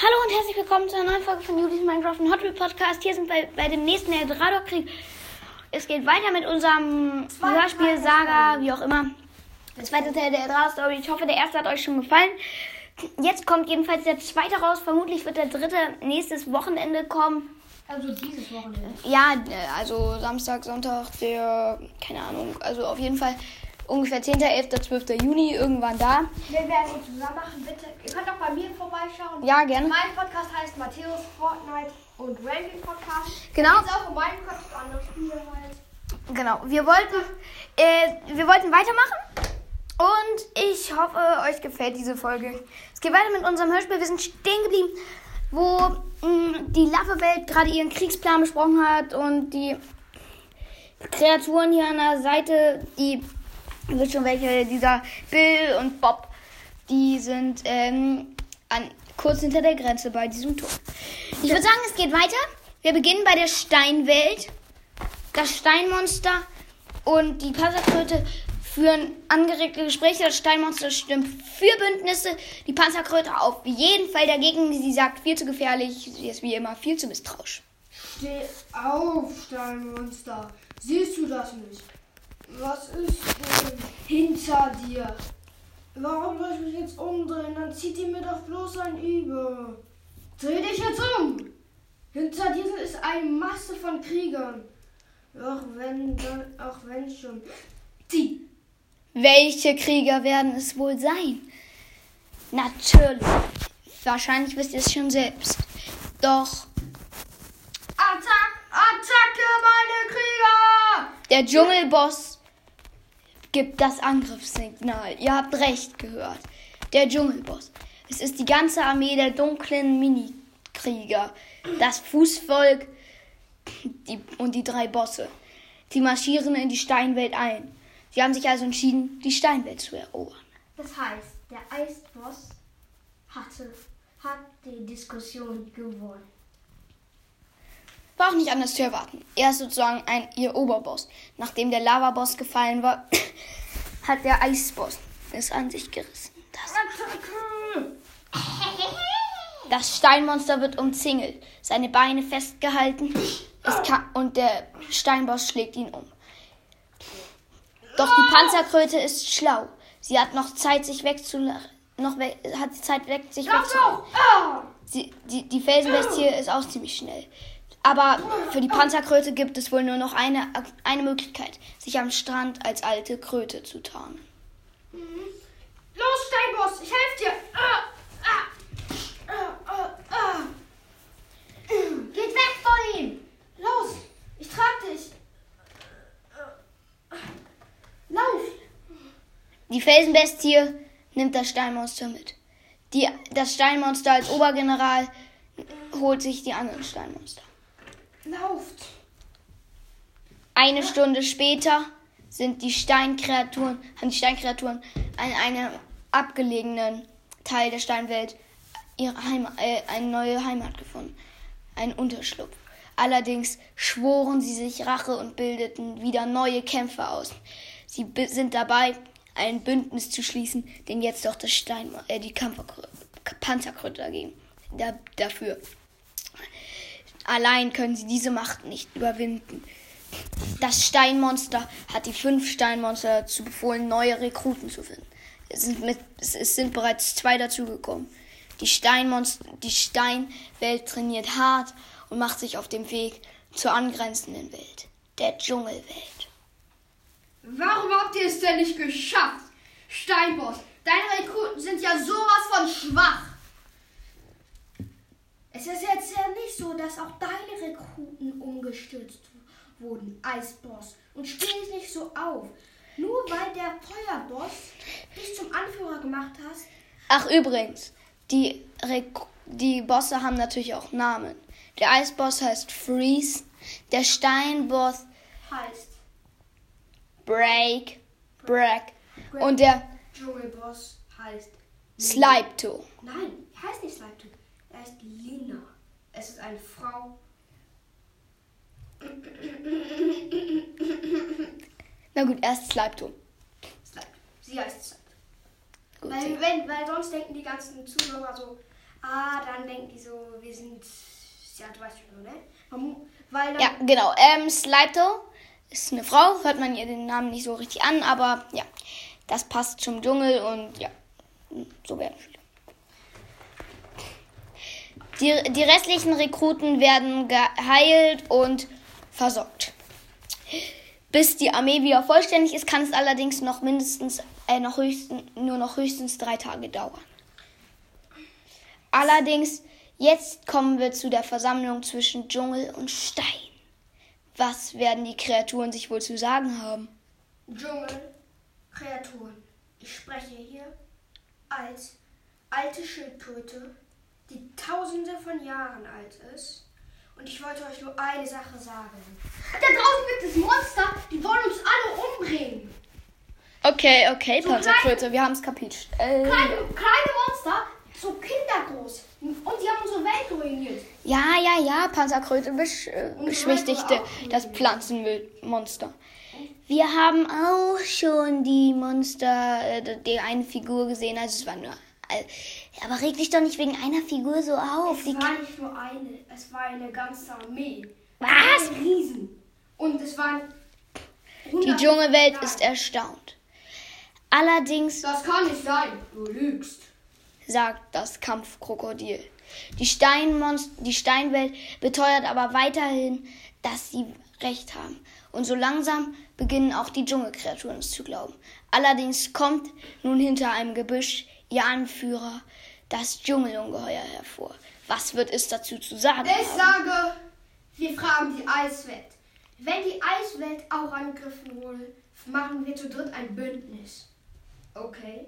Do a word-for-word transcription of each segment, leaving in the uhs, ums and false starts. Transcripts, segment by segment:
Hallo und herzlich willkommen zu einer neuen Folge von Julis Minecraft und Hot Wheels Podcast. Hier sind wir bei, bei dem nächsten Eldorado-Krieg. Es geht weiter mit unserem Hörspiel, Saga, wie auch immer. Das zweite Teil der Eldorado-Story. Ich hoffe, der erste hat euch schon gefallen. Jetzt kommt jedenfalls der zweite raus. Vermutlich wird der dritte nächstes Wochenende kommen. Also dieses Wochenende? Ja, also Samstag, Sonntag, der, keine Ahnung, also auf jeden Fall ungefähr zehnten, elften, zwölften Juni, irgendwann da. Wir werden uns zusammen machen, bitte. Ihr könnt auch bei mir vorbeischauen. Ja, gerne. Mein Podcast heißt Matthäus Fortnite und Ranking Podcast. Genau. Jetzt auch in meinem Podcast andere Spiele halt. Genau, wir wollten, äh, wir wollten weitermachen und ich hoffe, euch gefällt diese Folge. Es geht weiter mit unserem Hörspiel. Wir sind stehen geblieben, wo mh, die Lava-Welt gerade ihren Kriegsplan besprochen hat und die Kreaturen hier an der Seite, die wird schon welche, dieser Bill und Bob, die sind ähm, an, kurz hinter der Grenze bei diesem Tor. Ich würde sagen, es geht weiter. Wir beginnen bei der Steinwelt. Das Steinmonster und die Panzerkröte führen angeregte Gespräche. Das Steinmonster stimmt für Bündnisse. Die Panzerkröte auf jeden Fall dagegen. Sie sagt, viel zu gefährlich. Sie ist wie immer viel zu misstrauisch. Steh auf, Steinmonster. Siehst du das nicht? Was ist denn hinter dir? Warum soll ich mich jetzt umdrehen? Dann zieht die mir doch bloß ein Über. Dreh dich jetzt um! Hinter dir ist eine Masse von Kriegern. Auch wenn, auch wenn schon. Die. Welche Krieger werden es wohl sein? Natürlich. Wahrscheinlich wisst ihr es schon selbst. Doch Attack! Attacke, meine Krieger! der Dschungelboss gibt das Angriffssignal. Ihr habt recht gehört. Der Dschungelboss. Es ist die ganze Armee der dunklen Mini-Krieger. Das Fußvolk die, und die drei Bosse. Sie marschieren in die Steinwelt ein. Sie haben sich also entschieden, die Steinwelt zu erobern. Das heißt, der Eisboss hatte, hat die Diskussion gewonnen. War auch nicht anders zu erwarten. Er ist sozusagen ein ihr Oberboss. Nachdem der Lavaboss gefallen war, hat der Eisboss es an sich gerissen. Das, das Steinmonster wird umzingelt, seine Beine festgehalten es kann, und der Steinboss schlägt ihn um. Doch die Panzerkröte ist schlau. Sie hat noch Zeit, sich wegzulachen. Noch we- hat Zeit, weg, sich wegzulachen. Sie, die, die Felsenbestie ist auch ziemlich schnell. Aber für die Panzerkröte gibt es wohl nur noch eine, eine Möglichkeit, sich am Strand als alte Kröte zu tarnen. Los, Steinboss, ich helfe dir. Ah, ah, ah, ah. Geht weg von ihm. Los, ich trag dich. Lauf. Die Felsenbestie nimmt das Steinmonster mit. Die, das Steinmonster als Obergeneral holt sich die anderen Steinmonster. Lauft. Eine Stunde später sind die Steinkreaturen, haben die Steinkreaturen an einem abgelegenen Teil der Steinwelt ihre Heimat, äh, eine neue Heimat gefunden. Einen Unterschlupf. Allerdings schworen sie sich Rache und bildeten wieder neue Kämpfe aus. Sie b- sind dabei, ein Bündnis zu schließen, den jetzt doch das Stein, äh, die Kampferkrö- Panzerkröte dagegen, da, dafür. Allein können sie diese Macht nicht überwinden. Das Steinmonster hat die fünf Steinmonster dazu befohlen, neue Rekruten zu finden. Es sind, mit, es sind bereits zwei dazugekommen. Die Steinmonster, die Steinwelt trainiert hart und macht sich auf dem Weg zur angrenzenden Welt, der Dschungelwelt. Warum habt ihr es denn nicht geschafft? Steinboss, deine Rekruten sind ja sowas von schwach. Es ist jetzt ja nicht so, dass auch deine Rekruten umgestürzt wurden, Eisboss. Und steh nicht so auf. Nur weil der Feuerboss dich zum Anführer gemacht hast. Ach übrigens, die, Rek- die Bosse haben natürlich auch Namen. Der Eisboss heißt Freeze, der Steinboss Heißt Break, Break und der Dschungelboss heißt Slipto. Nein, er heißt nicht Slipto. Er heißt Lina. Es ist eine Frau. Na gut, erst Slipto. Slipto. Sie heißt Slipto. Gut, Weil, sehr. wenn, weil sonst denken die ganzen Zuhörer so, Ah, dann denken die so, wir sind, ja, du weißt schon, oder? Man, weil dann, Ja, genau. Ähm, Slido ist eine Frau, hört man ihr den Namen nicht so richtig an, aber ja, das passt zum Dschungel und ja, so werden viele. Die, die restlichen Rekruten werden geheilt und versorgt. Bis die Armee wieder vollständig ist, kann es allerdings noch mindestens, äh, noch höchstens, nur noch höchstens drei Tage dauern. Allerdings, jetzt kommen wir zu der Versammlung zwischen Dschungel und Stein. Was werden die Kreaturen sich wohl zu sagen haben? Dschungel, Kreaturen. Ich spreche hier als alte Schildkröte, die tausende von Jahren alt ist. Und ich wollte euch nur eine Sache sagen. Da draußen gibt es Monster, die wollen uns alle umbringen. Okay, okay, So Panzerkröte, wir haben es kapiert. Äh, Kleine, kleine Monster, so kindergroß. Und die haben unsere Welt ruiniert. ja, ja, ja, Panzerkröte besch äh, Und beschwichtigte Reiter auch. das Pflanzenmonster. Wir haben auch schon die Monster, äh, die eine Figur gesehen, also es war nur... Äh, aber reg dich doch nicht wegen einer Figur so auf. Es Die war nicht nur eine, es war eine ganze Armee. Was? Ein Riesen. Und es waren... Die Dschungelwelt ist erstaunt. Allerdings Das kann nicht sein. Du lügst. sagt das Kampfkrokodil. Die, Steinmonst- die Steinwelt beteuert aber weiterhin, dass sie recht haben. Und so langsam beginnen auch die Dschungelkreaturen es zu glauben. Allerdings kommt nun hinter einem Gebüsch ihr Anführer, das Dschungelungeheuer, hervor. Was wird es dazu zu sagen Ich haben? sage, wir fragen die Eiswelt. Wenn die Eiswelt auch angegriffen wurde, machen wir zu dritt ein Bündnis. Okay?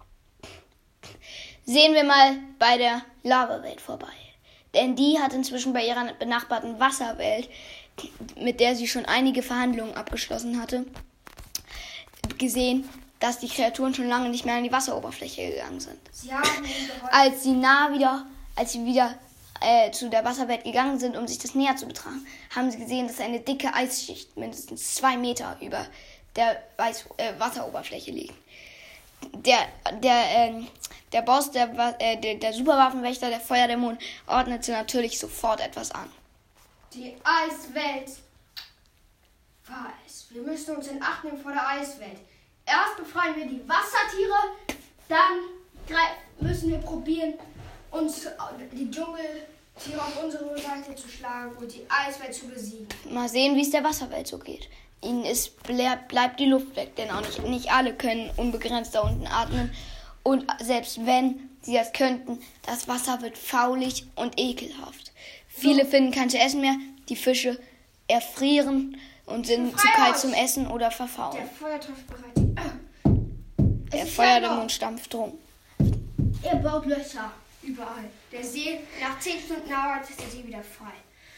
Sehen wir mal bei der Lavawelt vorbei. Denn die hat inzwischen bei ihrer benachbarten Wasserwelt, mit der sie schon einige Verhandlungen abgeschlossen hatte, gesehen, dass die Kreaturen schon lange nicht mehr an die Wasseroberfläche gegangen sind. Sie haben ihn geholfen. Als sie nah wieder, als sie wieder äh, zu der Wasserwelt gegangen sind, um sich das näher zu betrachten, haben sie gesehen, dass eine dicke Eisschicht mindestens zwei Meter über der Weiß, äh, Wasseroberfläche liegt. Der, der, ähm, der Boss, der, äh, der, der Superwaffenwächter, der Feuerdämon, ordnete natürlich sofort etwas an. Die Eiswelt weiß. Wir müssen uns in Acht nehmen vor der Eiswelt. Erst befreien wir die Wassertiere, dann grei- müssen wir probieren, uns die Dschungeltiere auf unsere Seite zu schlagen und die Eiswelt zu besiegen. Mal sehen, wie es der Wasserwelt so geht. Ihnen ist, bleib, bleibt die Luft weg, denn auch nicht, nicht alle können unbegrenzt da unten atmen. Und selbst wenn sie das könnten, das Wasser wird faulig und ekelhaft. Viele finden kein zu essen mehr, die Fische erfrieren und sind zu Freihaus! kalt zum Essen oder Der verfaulen. Feuerteufel bereit. Der Es ist Feuerdämon stampft rum. Er baut Löcher überall. Der See, nach zehn Stunden Arbeit ist der See wieder frei.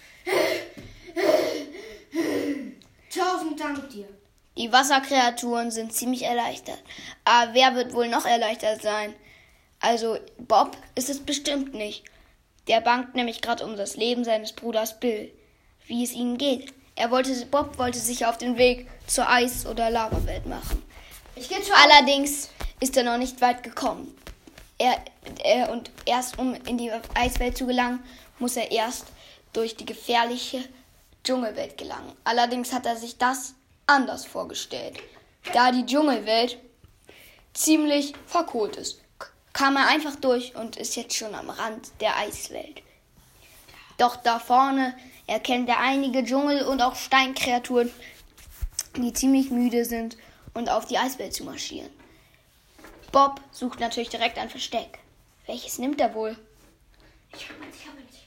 Tausend Dank dir. Die Wasserkreaturen sind ziemlich erleichtert. Aber wer wird wohl noch erleichtert sein? Also Bob ist es bestimmt nicht. Der bangt nämlich gerade um das Leben seines Bruders Bill. Wie es ihnen geht. Er wollte, Bob wollte sich auf den Weg zur Eis- oder Lavawelt machen. Ich gehe zu Allerdings ist er noch nicht weit gekommen. Er, er, und erst um in die Eiswelt zu gelangen, muss er erst durch die gefährliche Dschungelwelt gelangen. Allerdings hat er sich das anders vorgestellt. Da die Dschungelwelt ziemlich verkohlt ist, kam er einfach durch und ist jetzt schon am Rand der Eiswelt. Doch da vorne erkennt er einige Dschungel- und auch Steinkreaturen, die ziemlich müde sind und auf die Eiswelt zu marschieren. Bob sucht natürlich direkt ein Versteck. Welches nimmt er wohl? Ich habe ich habe nicht.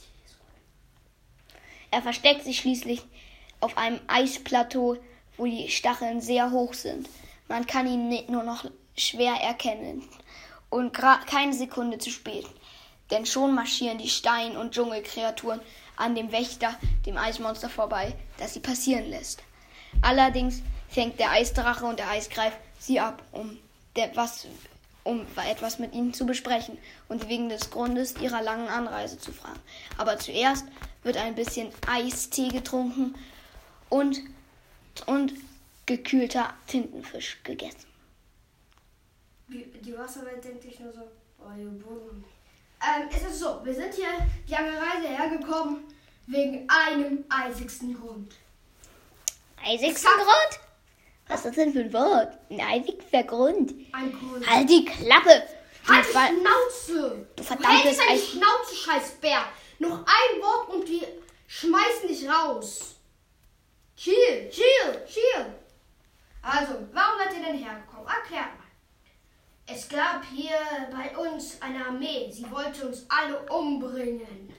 Er versteckt sich schließlich auf einem Eisplateau, wo die Stacheln sehr hoch sind. Man kann ihn ni- nur noch schwer erkennen. Und gra- keine Sekunde zu spät. Denn schon marschieren die Stein- und Dschungelkreaturen an dem Wächter, dem Eismonster, vorbei, das sie passieren lässt. Allerdings fängt der Eisdrache und der Eisgreif sie ab, um, der, was, um etwas mit ihnen zu besprechen und wegen des Grundes ihrer langen Anreise zu fragen. Aber zuerst wird ein bisschen Eistee getrunken und, und gekühlter Tintenfisch gegessen. Die Wasserwelt denkt sich nur so, oh, ihr Buben, Ähm, es ist so, wir sind hier die lange Reise hergekommen wegen einem einzigsten Grund. Einzigsten Grund? Was ist das denn für ein Wort? Ein einzigster Grund. Ein Grund. Halt die Klappe! Halt Du die ver- Schnauze! Du verdammtes hältst deine Eis- Schnauze, scheiß Bär! Noch ein Wort und wir schmeißen dich raus. Chill, chill, chill. Also, warum seid ihr denn hergekommen? Erklärt mal. Es gab hier bei uns eine Armee. Sie wollte uns alle umbringen.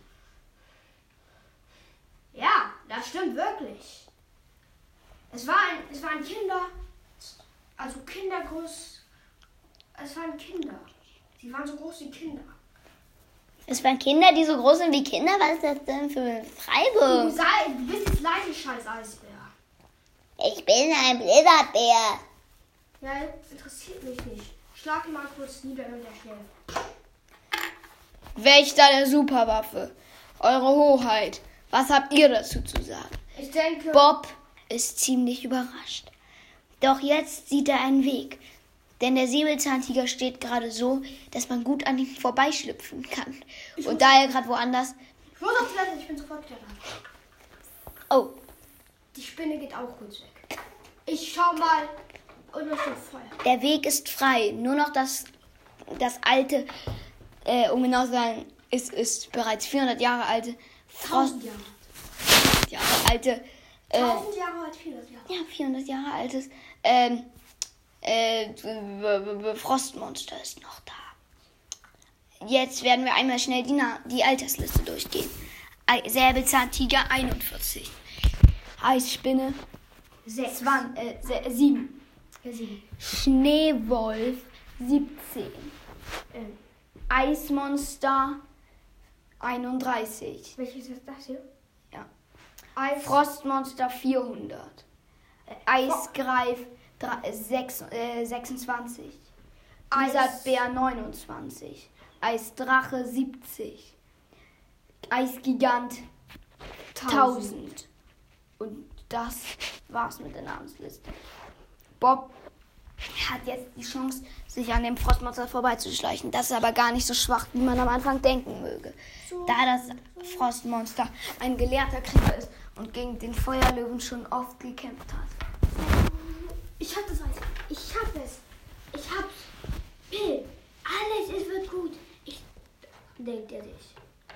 Ja, das stimmt wirklich. Es waren, es waren Kinder, also Kindergroß. Es waren Kinder. Sie waren so groß wie Kinder. Es waren Kinder, die so groß sind wie Kinder? Was ist das denn für Du, Freiburg? sei, du bist jetzt leise, scheiß Eisbär. Ich bin ein Blizzardbär. Ja, interessiert mich nicht. Schlag ihn mal kurz nieder, wenn er schläft. Wächter der Superwaffe. Eure Hoheit. Was habt ihr dazu zu sagen? Ich denke... Bob ist ziemlich überrascht. Doch jetzt sieht er einen Weg. Denn der Säbelzahntiger steht gerade so, dass man gut an ihm vorbeischlüpfen kann. Und da er gerade woanders... Ich muss auf Toilette, ich bin sofort wieder da. Oh, Die Spinne geht auch kurz weg. Ich schau mal und es steht Feuer. der Weg ist frei. Nur noch das, das alte, äh, um genau zu sein, es ist bereits vierhundert Jahre alte Frost... Tausend Jahre. Jahre alte... Äh, Tausend Jahre alt, vierhundert Jahre. ja, vierhundert Jahre altes ähm, äh, w- w- Frostmonster ist noch da. Jetzt werden wir einmal schnell die, Na- die Altersliste durchgehen. Ei- Säbelzahntiger einundvierzig. Eisspinne Sechs. zwan- äh, se- sieben. Ja, sieben. Schneewolf siebzehn. Ähm, Eismonster einunddreißig. welches ist das hier? Ja. Eis. Frostmonster vierhundert. Äh, Eisgreif drei- äh, sechs- äh, sechsundzwanzig. Eis- Blizzardbär neunundzwanzig. Eisdrache siebzig. Eisgigant tausend. Und das war's mit der Namensliste. Bob hat jetzt die Chance, sich an dem Frostmonster vorbeizuschleichen. Das ist aber gar nicht so schwach, wie man am Anfang denken möge. Da das Frostmonster ein gelehrter Krieger ist und gegen den Feuerlöwen schon oft gekämpft hat. Ich hab das Eis. Ich hab es. Ich hab's. Bill, alles es wird gut. Ich denkt er sich.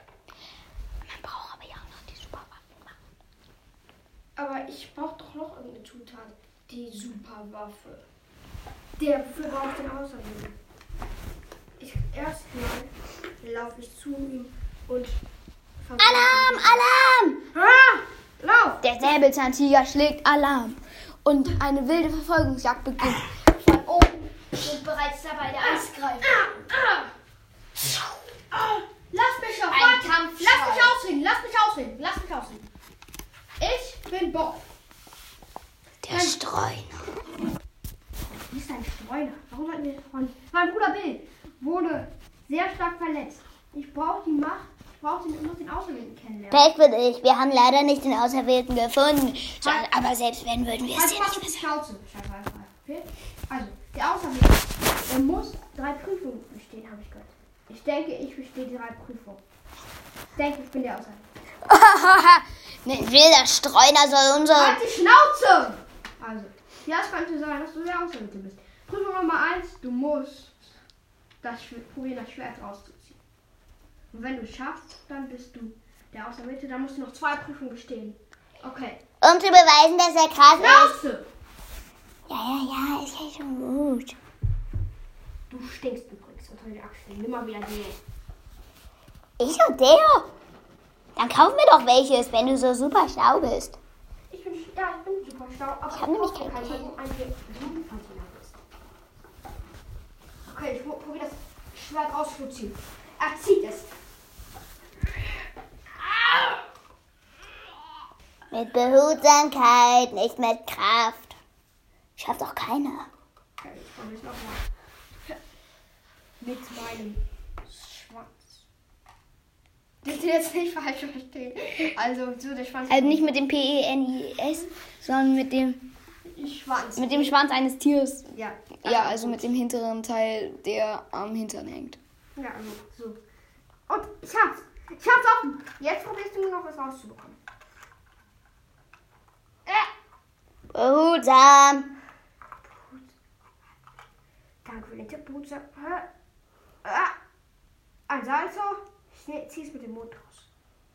Man braucht aber ja auch noch die Superwaffen machen. Aber ich brauche doch noch irgendeine Zutat. Die Superwaffe. Der wofür brauche ich den Außerleben? Ich erstmal laufe ich zu ihm und Alarm! Alarm! Ah! Lauf! Der Säbelzahntiger schlägt Alarm. Und eine wilde Verfolgungsjagd beginnt. Von oben sind bereits dabei der Eisgreifer. Ah! Ah! Lass mich auf! Ein Warte! Kampfschrei. Lass mich ausreden! Lass mich ausreden! Lass mich ausreden! Ich bin Bob. Der Streuner. Wie ist ein Streuner? Warum hatten wir von... Mein Bruder Bill wurde sehr stark verletzt. Ich brauche die Macht. Ich brauche den, muss den Auserwählten kennenlernen. Pech für dich. Wir haben leider nicht den Auserwählten gefunden. So, aber selbst wenn, würden wir es Also dir mach nicht die mehr sagen. Schnauze. Scheiße, Scheiße, okay? Also, der Auserwählte, der muss drei Prüfungen bestehen, habe ich gehört. Ich denke, ich bestehe die drei Prüfungen. Ich denke, ich bin der Auserwählte. Ein wilder Streuner soll unsere... Halt die Schnauze! Also, ja, es könnte sein, dass du der Auserwählte bist. Prüfung Nummer eins, du musst das Schw- probieren, das Schwert rauszuziehen. Und wenn du es schaffst, dann bist du der Auserwählte. Dann musst du noch zwei Prüfungen bestehen. Okay. Um zu beweisen, dass er krass ist. Schnauze! Ja, ja, ja, ist ja schon gut. Du stinkst übrigens unter den Achseln. Nimm mal wieder die. Ich und Deo? Dann kauf mir doch welches, wenn du so super schlau bist. Ich bin, ja, ich bin super schlau, aber Ich hab nämlich brauche kein keinen, Geld. um einen Jugendkanzler bist. Okay, ich pro- probiere das Schwert auszuziehen. Er zieht es. Mit Behutsamkeit, nicht mit Kraft. Schafft doch keiner. Okay, ich probiere es nochmal. Mit meinem Schwanz. Das jetzt nicht falsch verstehen. Also, so der Schwanz. Also nicht mit dem P E N I S, sondern mit dem, Schwanz. mit dem Schwanz eines Tiers. Ja. Ja, also mit dem hinteren Teil, der am Hintern hängt. Ja, also so. Und ich hab's. Ich hab's offen. Jetzt probierst du nur noch was rauszubekommen. Äh. Behutsam. Danke für den Tipp, Behutsam. Äh. Äh. Also, also, ich zieh's mit dem Mund raus.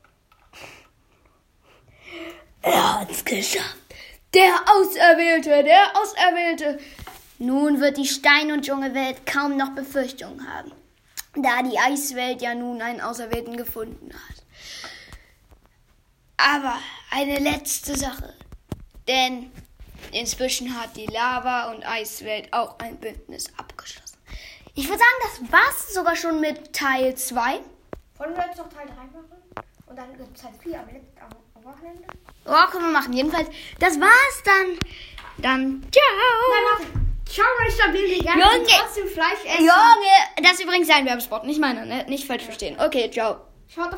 Er hat's geschafft. Der Auserwählte, der Auserwählte. Nun wird die Stein- und Dschungelwelt kaum noch Befürchtungen haben, da die Eiswelt ja nun einen Auserwählten gefunden hat. Aber eine letzte Sache, denn inzwischen hat die Lava- und Eiswelt auch ein Bündnis abgeschlossen. Ich würde sagen, das war's sogar schon mit Teil zwei. Wollen wir jetzt noch Teil drei machen? Und dann gibt es Teil vier am letzten am Wochenende? Oh, können wir machen. Jedenfalls, das war's dann. Dann, ciao. Nein, warte. Schau mal, ich stabil die ganze Junge. trotzdem Fleisch essen. Junge, das ist übrigens ein Werbespot, nicht meiner, ne? Nicht falsch verstehen. Okay, ciao. Schaut